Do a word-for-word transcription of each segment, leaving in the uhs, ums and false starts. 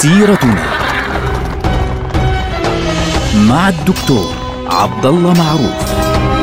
سيرتنا مع الدكتور عبد الله معروف.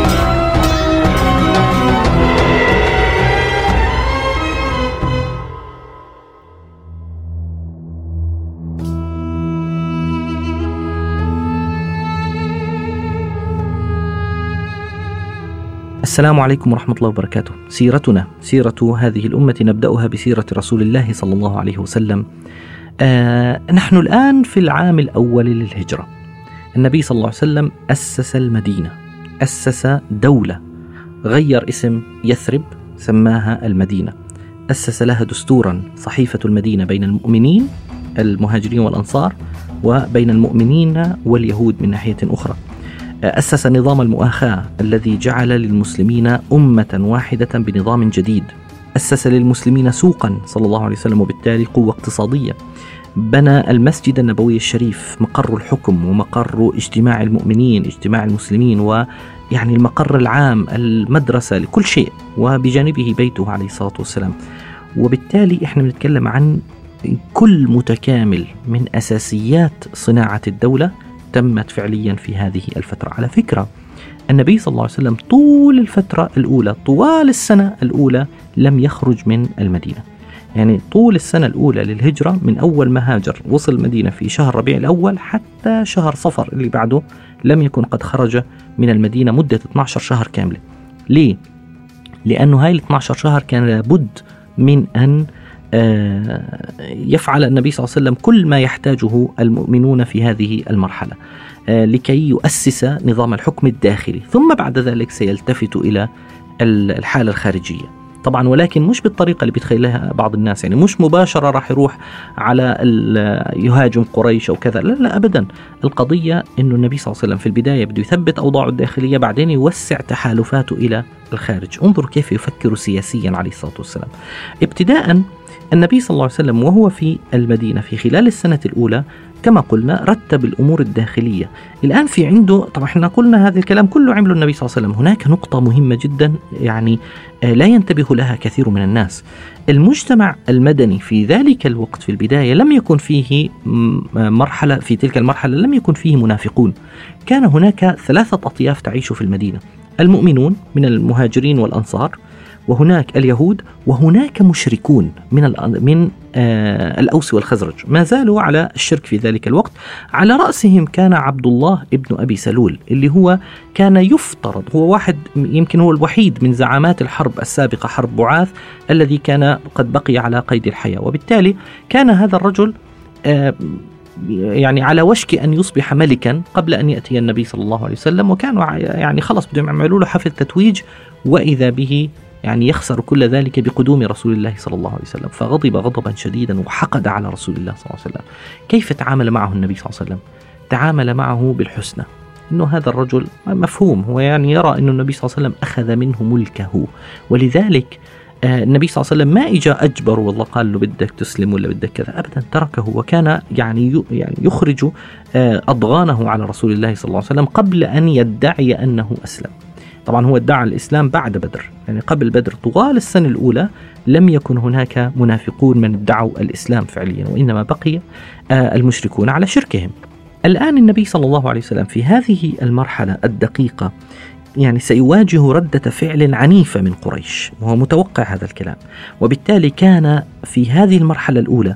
السلام عليكم ورحمة الله وبركاته. سيرتنا سيرة هذه الأمة نبدأها بسيرة رسول الله صلى الله عليه وسلم. آه نحن الآن في العام الأول للهجرة. النبي صلى الله عليه وسلم أسس المدينة، أسس دولة، غير اسم يثرب سماها المدينة، أسس لها دستورا، صحيفة المدينة، بين المؤمنين المهاجرين والأنصار وبين المؤمنين واليهود من ناحية أخرى. أسس نظام المؤاخاة الذي جعل للمسلمين أمة واحدة بنظام جديد. أسس للمسلمين سوقا صلى الله عليه وسلم وبالتالي قوة اقتصادية. بنى المسجد النبوي الشريف، مقر الحكم ومقر اجتماع المؤمنين، اجتماع المسلمين، ويعني المقر العام، المدرسة، لكل شيء، وبجانبه بيته عليه الصلاة والسلام. وبالتالي احنا بنتكلم عن كل متكامل من أساسيات صناعة الدولة تمت فعليا في هذه الفترة. على فكرة النبي صلى الله عليه وسلم طول الفترة الأولى، طوال السنة الأولى لم يخرج من المدينة. يعني طول السنة الأولى للهجرة، من أول ما هاجر وصل المدينة في شهر ربيع الأول حتى شهر صفر اللي بعده، لم يكن قد خرج من المدينة مدة اثني عشر شهر كاملة. ليه؟ لأنه هاي ال اثني عشر شهر كان لابد من أن يفعل النبي صلى الله عليه وسلم كل ما يحتاجه المؤمنون في هذه المرحلة لكي يؤسس نظام الحكم الداخلي، ثم بعد ذلك سيلتفت إلى الحالة الخارجية طبعا، ولكن مش بالطريقة اللي بيتخيلها بعض الناس. يعني مش مباشرة راح يروح على يهاجم قريش أو كذا، لا لا أبدا. القضية إنه النبي صلى الله عليه وسلم في البداية بده يثبت أوضاعه الداخلية، بعدين يوسع تحالفاته إلى الخارج. انظر كيف يفكر سياسيا عليه الصلاة والسلام. ابتداء النبي صلى الله عليه وسلم وهو في المدينة في خلال السنة الأولى كما قلنا رتب الأمور الداخلية. الآن في عنده، طبعا احنا قلنا هذا الكلام كله عمله النبي صلى الله عليه وسلم. هناك نقطة مهمة جدا يعني لا ينتبه لها كثير من الناس. المجتمع المدني في ذلك الوقت في البداية لم يكن فيه مرحلة، في تلك المرحلة لم يكن فيه منافقون. كان هناك ثلاثة أطياف تعيش في المدينة: المؤمنون من المهاجرين والأنصار، وهناك اليهود، وهناك مشركون من من آه الأوس والخزرج، ما زالوا على الشرك في ذلك الوقت. على رأسهم كان عبد الله ابن أبي سلول، اللي هو كان يفترض هو واحد، يمكن هو الوحيد من زعامات الحرب السابقة، حرب بعاث، الذي كان قد بقي على قيد الحياة. وبالتالي كان هذا الرجل آه يعني على وشك أن يصبح ملكا قبل أن يأتي النبي صلى الله عليه وسلم، وكانوا يعني خلص بدهم يعملوا له حفل تتويج، وإذا به يعني يخسر كل ذلك بقدوم رسول الله صلى الله عليه وسلم. فغضب غضبا شديدا وحقد على رسول الله صلى الله عليه وسلم. كيف تعامل معه النبي صلى الله عليه وسلم؟ تعامل معه بالحسنى. إنه هذا الرجل مفهوم، هو يعني يرى أن النبي صلى الله عليه وسلم أخذ منه ملكه، ولذلك آه النبي صلى الله عليه وسلم ما إجا أجبر والله قال له بدك تسلم ولا بدك كذا، أبدا تركه. وكان يعني يعني يخرج آه أضغانه على رسول الله صلى الله عليه وسلم قبل أن يدعي أنه أسلم. طبعا هو ادعى الإسلام بعد بدر، يعني قبل بدر طوال السنة الأولى لم يكن هناك منافقون من ادعوا الإسلام فعليا، وإنما بقي آه المشركون على شركهم. الآن النبي صلى الله عليه وسلم في هذه المرحلة الدقيقة يعني سيواجه ردة فعل عنيفة من قريش، وهو متوقع هذا الكلام. وبالتالي كان في هذه المرحلة الأولى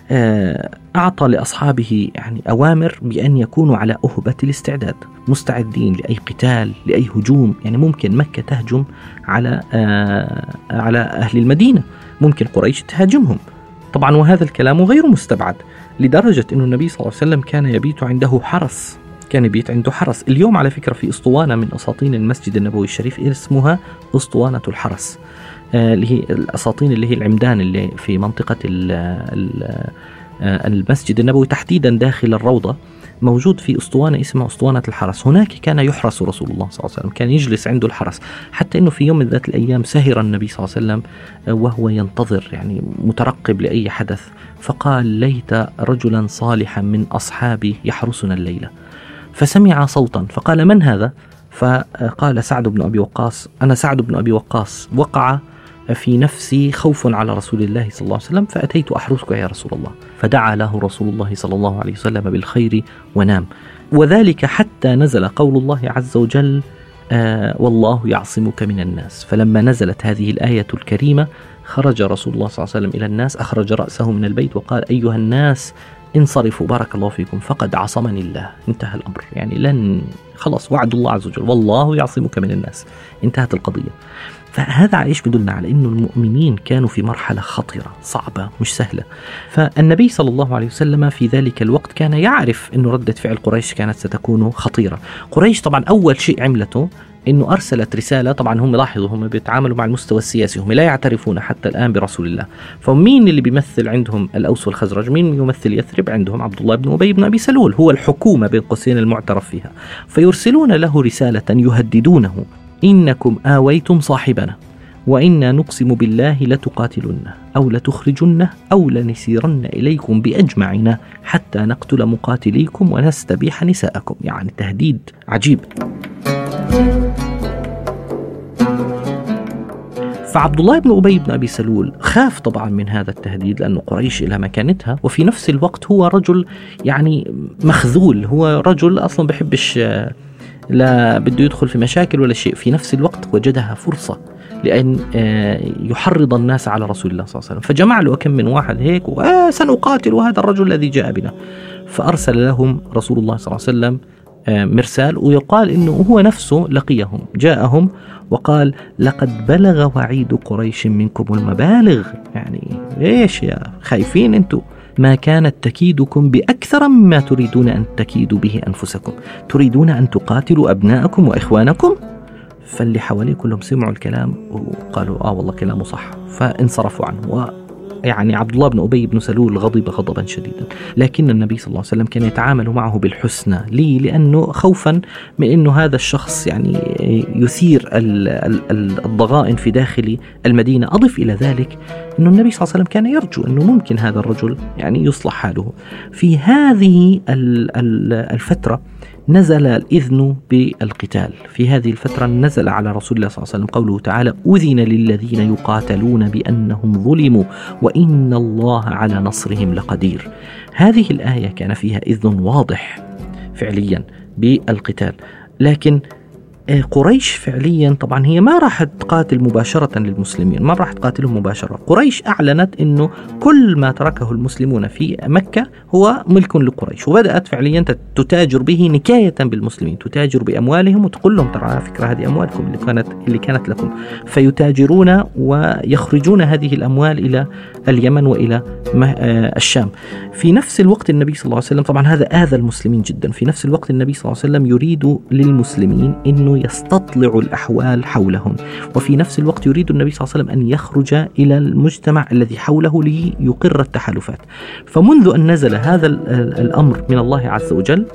أعطى لأصحابه يعني أوامر بأن يكونوا على أهبة الاستعداد، مستعدين لأي قتال، لأي هجوم. يعني ممكن مكة تهجم على على أهل المدينة، ممكن قريش تهاجمهم طبعا، وهذا الكلام غير مستبعد، لدرجة أن النبي صلى الله عليه وسلم كان يبيت عنده حرس، كان يبيت عنده حرس. اليوم على فكرة في أسطوانة من أساطين المسجد النبوي الشريف اسمها أسطوانة الحرس، اللي هي الأساطين اللي هي العمدان اللي في منطقة ال ال المسجد النبوي تحديدا داخل الروضة، موجود في أسطوانة اسمها أسطوانة الحرس. هناك كان يحرس رسول الله صلى الله عليه وسلم، كان يجلس عنده الحرس، حتى أنه في يوم من ذات الأيام سهر النبي صلى الله عليه وسلم وهو ينتظر يعني مترقب لأي حدث، فقال: ليت رجلا صالحا من أصحابي يحرسنا الليلة. فسمع صوتا فقال: من هذا؟ فقال: سعد بن أبي وقاص. أنا سعد بن أبي وقاص، وقع في نفسي خوف على رسول الله صلى الله عليه وسلم فأتيت أحرسك يا رسول الله. فدعا له رسول الله صلى الله عليه وسلم بالخير ونام. وذلك حتى نزل قول الله عز وجل آه والله يعصمك من الناس. فلما نزلت هذه الآية الكريمة خرج رسول الله صلى الله عليه وسلم إلى الناس، أخرج رأسه من البيت وقال أيها الناس انصرفوا بارك الله فيكم فقد عصمني الله. انتهى الأمر، يعني لن خلاص وعد الله عز وجل والله يعصمك من الناس، انتهت القضية. فهذا عايش بدلنا على أن المؤمنين كانوا في مرحلة خطرة صعبة مش سهلة. فالنبي صلى الله عليه وسلم في ذلك الوقت كان يعرف أن ردة فعل قريش كانت ستكون خطيرة. قريش طبعا أول شيء عملته أنه أرسلت رسالة. طبعا هم لاحظوا هم بيتعاملوا مع المستوى السياسي، هم لا يعترفون حتى الآن برسول الله. فمين اللي بيمثل عندهم الأوس والخزرج؟ مين يمثل يثرب؟ عندهم عبد الله بن أبي بن أبي سلول، هو الحكومة بين قوسين المعترف فيها. فيرسلون له رسالة يهددونه إنكم آويتم صاحبنا وإنا نقسم بالله لتقاتلنه أو لتخرجنه أو لنسيرن إليكم بأجمعنا حتى نقتل مقاتليكم ونستبيح نساءكم. يعني تهديد عجيب. فعبد الله بن أبي بن أبي سلول خاف طبعا من هذا التهديد، لأنه قريش إلى مكانتها، وفي نفس الوقت هو رجل يعني مخذول، هو رجل أصلا بحبش لا بده يدخل في مشاكل ولا شيء. في نفس الوقت وجدها فرصة لأن يحرض الناس على رسول الله صلى الله عليه وسلم، فجمع له كم من واحد هيك وسنقاتل هذا الرجل الذي جاء بنا. فأرسل لهم رسول الله صلى الله عليه وسلم مرسال، ويقال إنه هو نفسه لقيهم جاءهم وقال لقد بلغ وعيد قريش منكم المبالغ. يعني إيش يا خايفين أنتم؟ ما كانت تكيدكم بأكثر مما تريدون أن تكيدوا به أنفسكم، تريدون أن تقاتلوا أبناءكم وإخوانكم. فاللي حواليه كلهم سمعوا الكلام وقالوا آه والله كلامه صح، فانصرفوا عنه. يعني عبد الله بن أبي بن سلول غضب غضبا شديدا، لكن النبي صلى الله عليه وسلم كان يتعامل معه بالحسنى. ليه؟ لأنه خوفا من أنه هذا الشخص يعني يثير الضغائن في داخل المدينة. أضف إلى ذلك أنه النبي صلى الله عليه وسلم كان يرجو أنه ممكن هذا الرجل يعني يصلح حاله. في هذه الفترة نزل الإذن بالقتال. في هذه الفترة نزل على رسول الله صلى الله عليه وسلم قوله تعالى أذن للذين يقاتلون بأنهم ظلموا وإن الله على نصرهم لقدير. هذه الآية كان فيها إذن واضح فعليا بالقتال، لكن قريش فعليا طبعا هي ما راح تقاتل مباشرة للمسلمين، ما راح تقاتلهم مباشرة. قريش أعلنت أنه كل ما تركه المسلمون في مكة هو ملك لقريش، وبدأت فعليا تتاجر به نكاية بالمسلمين، تتاجر بأموالهم وتقول لهم ترى على فكرة هذه أموالكم اللي كانت, اللي كانت لكم. فيتاجرون ويخرجون هذه الأموال إلى اليمن وإلى الشام. في نفس الوقت النبي صلى الله عليه وسلم طبعا هذا آذى المسلمين جدا. في نفس الوقت النبي صلى الله عليه وسلم يريد للمسلمين أنه يستطلع الأحوال حولهم، وفي نفس الوقت يريد النبي صلى الله عليه وسلم أن يخرج إلى المجتمع الذي حوله ليقر التحالفات. فمنذ أن نزل هذا الأمر من الله عز وجل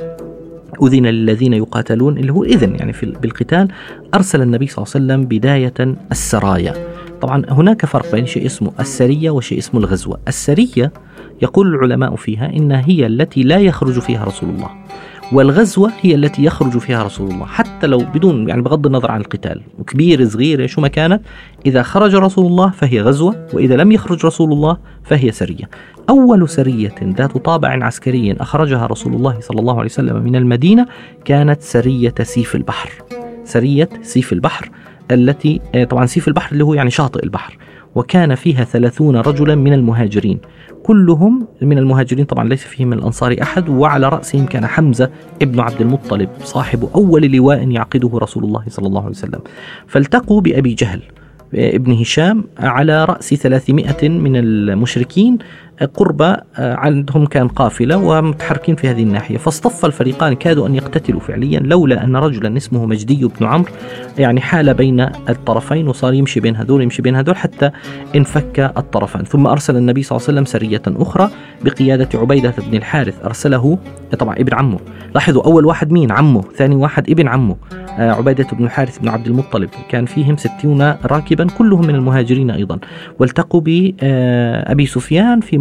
أذن للذين يقاتلون اللي هو إذن يعني في بالقتال، أرسل النبي صلى الله عليه وسلم بداية السرايا. طبعا هناك فرق بين شيء اسمه السرية وشيء اسمه الغزوة. السرية يقول العلماء فيها إنها هي التي لا يخرج فيها رسول الله، والغزوة هي التي يخرج فيها رسول الله حتى لو بدون يعني بغض النظر عن القتال، وكبير صغير شو ما كانت، إذا خرج رسول الله فهي غزوة، وإذا لم يخرج رسول الله فهي سرية. أول سرية ذات طابع عسكري أخرجها رسول الله صلى الله عليه وسلم من المدينة كانت سرية سيف البحر. سرية سيف البحر التي طبعا سيف البحر اللي هو يعني شاطئ البحر، وكان فيها ثلاثون رجلا من المهاجرين، كلهم من المهاجرين طبعا ليس فيهم من الأنصار أحد، وعلى رأسهم كان حمزة ابن عبد المطلب صاحب أول لواء يعقده رسول الله صلى الله عليه وسلم. فالتقوا بأبي جهل ابن هشام على رأس ثلاثمائة من المشركين قرب عندهم كان قافلة ومتحركين في هذه الناحية، فاصطف الفريقان كادوا أن يقتتلوا فعليا، لولا أن رجلا اسمه مجدي بن عمرو يعني حال بين الطرفين وصار يمشي بين هذول يمشي بين هذول حتى انفك الطرفان. ثم أرسل النبي صلى الله عليه وسلم سرية أخرى بقيادة عبيدة بن الحارث، أرسله طبعا ابن عمه. لاحظوا أول واحد مين؟ عمه، ثاني واحد ابن عمه عبيدة بن الحارث بن عبد المطلب، كان فيهم ستون راكبا كلهم من المهاجرين أيضا. والتقوا بأبي سفيان في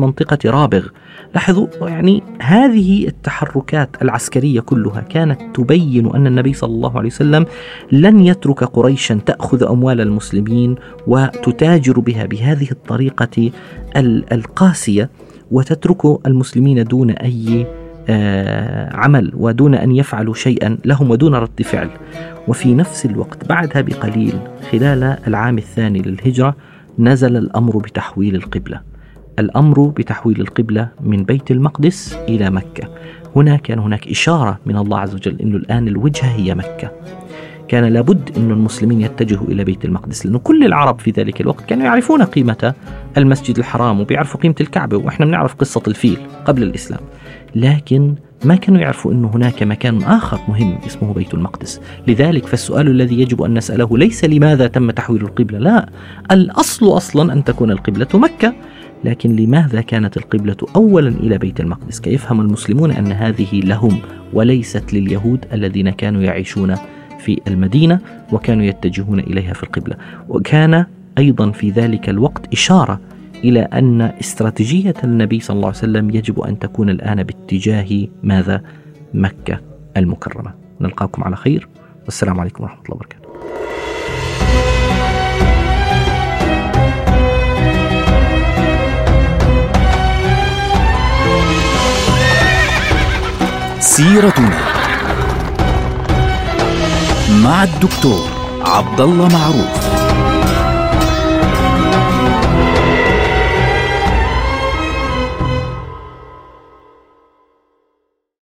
منطقة رابغ. لاحظوا يعني هذه التحركات العسكرية كلها كانت تبين أن النبي صلى الله عليه وسلم لن يترك قريشا تأخذ أموال المسلمين وتتاجر بها بهذه الطريقة القاسية وتترك المسلمين دون أي عمل ودون أن يفعلوا شيئا لهم ودون رد فعل. وفي نفس الوقت بعدها بقليل خلال العام الثاني للهجرة نزل الأمر بتحويل القبلة الأمر بتحويل القبلة من بيت المقدس إلى مكة. هنا كان هناك إشارة من الله عز وجل أنه الآن الوجهة هي مكة. كان لابد أن المسلمين يتجهوا إلى بيت المقدس، لأن كل العرب في ذلك الوقت كانوا يعرفون قيمة المسجد الحرام وبيعرفوا قيمة الكعبة، وإحنا بنعرف قصة الفيل قبل الإسلام، لكن ما كانوا يعرفوا أن هناك مكان آخر مهم اسمه بيت المقدس. لذلك فالسؤال الذي يجب أن نسأله ليس لماذا تم تحويل القبلة، لا، الأصل أصلا أن تكون القبلة مكة، لكن لماذا كانت القبلة أولا إلى بيت المقدس؟ كي يفهم المسلمون أن هذه لهم وليست لليهود الذين كانوا يعيشون في المدينة وكانوا يتجهون إليها في القبلة. وكان أيضا في ذلك الوقت إشارة إلى أن استراتيجية النبي صلى الله عليه وسلم يجب أن تكون الآن باتجاه ماذا؟ مكة المكرمة. نلقاكم على خير، والسلام عليكم ورحمة الله وبركاته. سيرتنا مع الدكتور عبد الله معروف.